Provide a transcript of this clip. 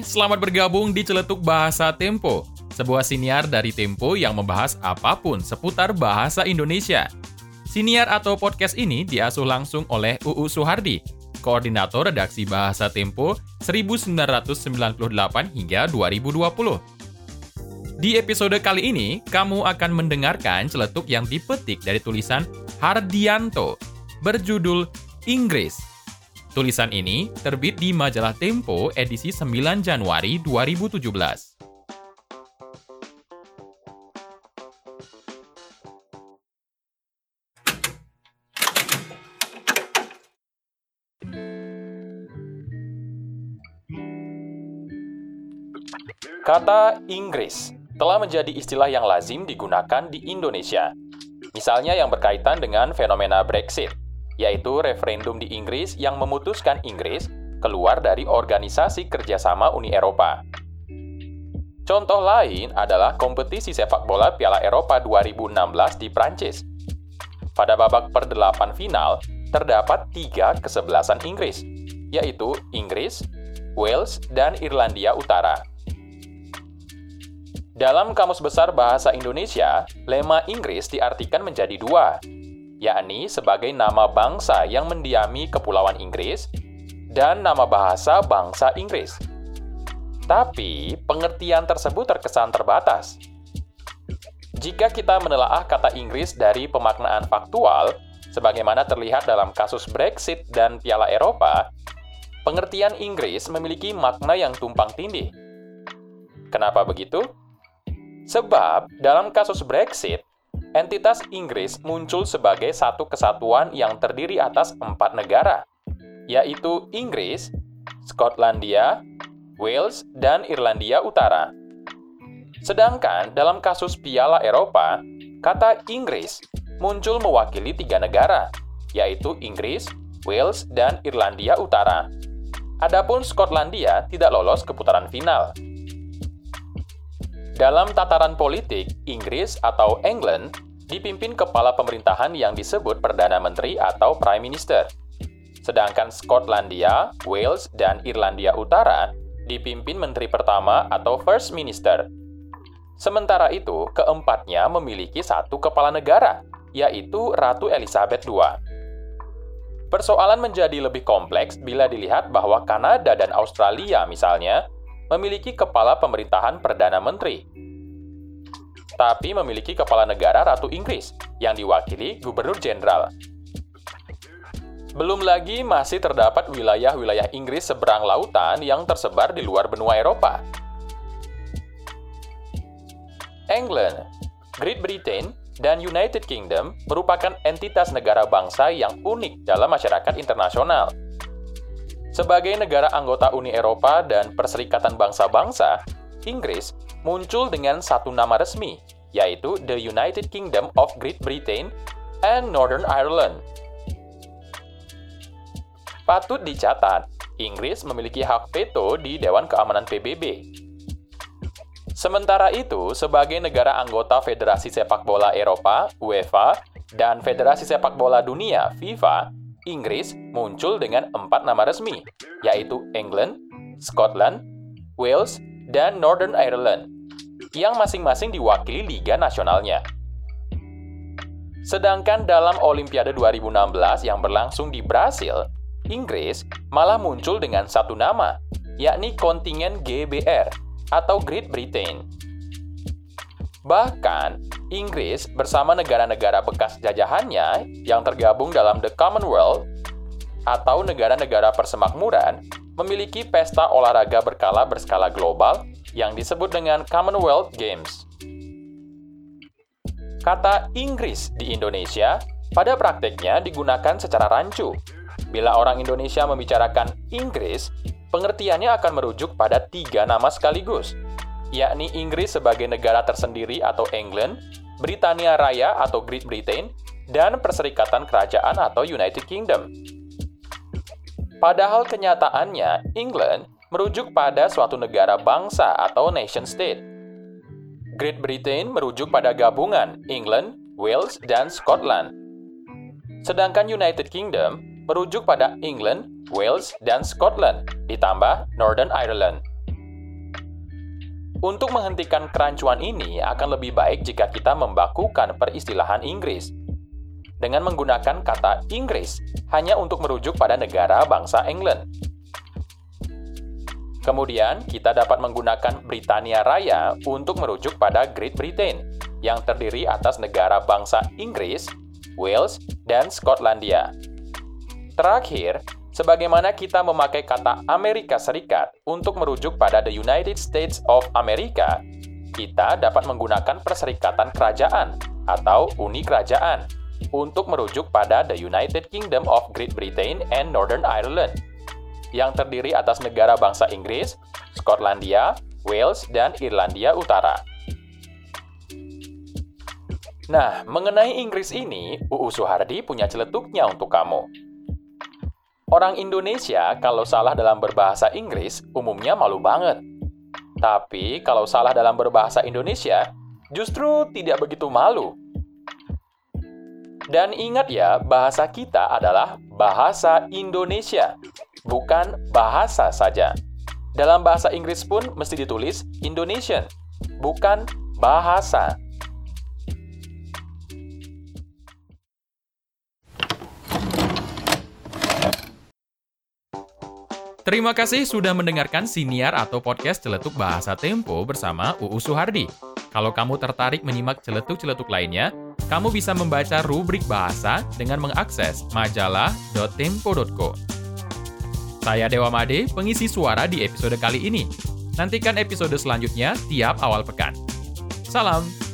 Selamat bergabung di Celetuk Bahasa Tempo, sebuah siniar dari Tempo yang membahas apapun seputar bahasa Indonesia. Siniar atau podcast ini diasuh langsung oleh UU Suhardi, Koordinator Redaksi Bahasa Tempo 1998 hingga 2020. Di episode kali ini, kamu akan mendengarkan celetuk yang dipetik dari tulisan Hardianto, berjudul Inggris. Tulisan ini terbit di majalah Tempo edisi 9 Januari 2017. Kata Inggris telah menjadi istilah yang lazim digunakan di Indonesia. Misalnya yang berkaitan dengan fenomena Brexit, yaitu referendum di Inggris yang memutuskan Inggris keluar dari Organisasi Kerjasama Uni Eropa. Contoh lain adalah kompetisi sepak bola Piala Eropa 2016 di Prancis. Pada babak per-8 final, terdapat 3 kesebelasan Inggris, yaitu Inggris, Wales, dan Irlandia Utara. Dalam Kamus Besar Bahasa Indonesia, lema Inggris diartikan menjadi 2, yakni sebagai nama bangsa yang mendiami Kepulauan Inggris dan nama bahasa bangsa Inggris. Tapi, pengertian tersebut terkesan terbatas. Jika kita menelaah kata Inggris dari pemaknaan faktual, sebagaimana terlihat dalam kasus Brexit dan Piala Eropa, pengertian Inggris memiliki makna yang tumpang tindih. Kenapa begitu? Sebab, dalam kasus Brexit, entitas Inggris muncul sebagai satu kesatuan yang terdiri atas 4 negara, yaitu Inggris, Skotlandia, Wales, dan Irlandia Utara. Sedangkan dalam kasus Piala Eropa, kata Inggris muncul mewakili 3 negara, yaitu Inggris, Wales, dan Irlandia Utara. Adapun Skotlandia tidak lolos ke putaran final. Dalam tataran politik, Inggris atau England dipimpin kepala pemerintahan yang disebut Perdana Menteri atau Prime Minister. Sedangkan Skotlandia, Wales, dan Irlandia Utara dipimpin Menteri Pertama atau First Minister. Sementara itu, keempatnya memiliki satu kepala negara, yaitu Ratu Elizabeth II. Persoalan menjadi lebih kompleks bila dilihat bahwa Kanada dan Australia misalnya memiliki kepala pemerintahan Perdana Menteri, tapi memiliki kepala negara Ratu Inggris yang diwakili Gubernur Jenderal. Belum lagi masih terdapat wilayah-wilayah Inggris seberang lautan yang tersebar di luar benua Eropa. England, Great Britain, dan United Kingdom merupakan entitas negara bangsa yang unik dalam masyarakat internasional. Sebagai negara anggota Uni Eropa dan Perserikatan Bangsa-Bangsa, Inggris muncul dengan satu nama resmi, yaitu The United Kingdom of Great Britain and Northern Ireland. Patut dicatat, Inggris memiliki hak veto di Dewan Keamanan PBB. Sementara itu, sebagai negara anggota Federasi Sepak Bola Eropa, UEFA, dan Federasi Sepak Bola Dunia, FIFA, Inggris muncul dengan 4 nama resmi, yaitu England, Scotland, Wales, dan Northern Ireland, yang masing-masing diwakili liga nasionalnya. Sedangkan dalam Olimpiade 2016 yang berlangsung di Brasil, Inggris malah muncul dengan satu nama, yakni kontingen GBR atau Great Britain. Bahkan, Inggris bersama negara-negara bekas jajahannya yang tergabung dalam The Commonwealth atau negara-negara persemakmuran memiliki pesta olahraga berskala global yang disebut dengan Commonwealth Games. Kata Inggris di Indonesia pada prakteknya digunakan secara rancu. Bila orang Indonesia membicarakan Inggris, pengertiannya akan merujuk pada 3 nama sekaligus, yakni Inggris sebagai negara tersendiri atau England, Britania Raya atau Great Britain, dan Perserikatan Kerajaan atau United Kingdom. Padahal kenyataannya, England merujuk pada suatu negara bangsa atau nation state. Great Britain merujuk pada gabungan England, Wales, dan Scotland. Sedangkan United Kingdom merujuk pada England, Wales, dan Scotland, ditambah Northern Ireland. Untuk menghentikan kerancuan ini akan lebih baik jika kita membakukan peristilahan Inggris dengan menggunakan kata Inggris hanya untuk merujuk pada negara bangsa England. Kemudian, kita dapat menggunakan Britania Raya untuk merujuk pada Great Britain, yang terdiri atas negara bangsa Inggris, Wales, dan Skotlandia. Terakhir, sebagaimana kita memakai kata Amerika Serikat untuk merujuk pada The United States of America, kita dapat menggunakan Perserikatan Kerajaan atau Uni Kerajaan untuk merujuk pada The United Kingdom of Great Britain and Northern Ireland, yang terdiri atas negara bangsa Inggris, Skotlandia, Wales, dan Irlandia Utara. Nah, mengenai Inggris ini, UU Suhardi punya celetuknya untuk kamu. Orang Indonesia kalau salah dalam berbahasa Inggris umumnya malu banget. Tapi kalau salah dalam berbahasa Indonesia, justru tidak begitu malu. Dan ingat ya, bahasa kita adalah bahasa Indonesia, bukan bahasa saja. Dalam bahasa Inggris pun mesti ditulis Indonesian, bukan bahasa. Terima kasih sudah mendengarkan siniar atau podcast Celetuk Bahasa Tempo bersama UU Suhardi. Kalau kamu tertarik menyimak celetuk-celetuk lainnya, kamu bisa membaca rubrik bahasa dengan mengakses majalah.tempo.co. Saya Dewa Made, pengisi suara di episode kali ini. Nantikan episode selanjutnya tiap awal pekan. Salam!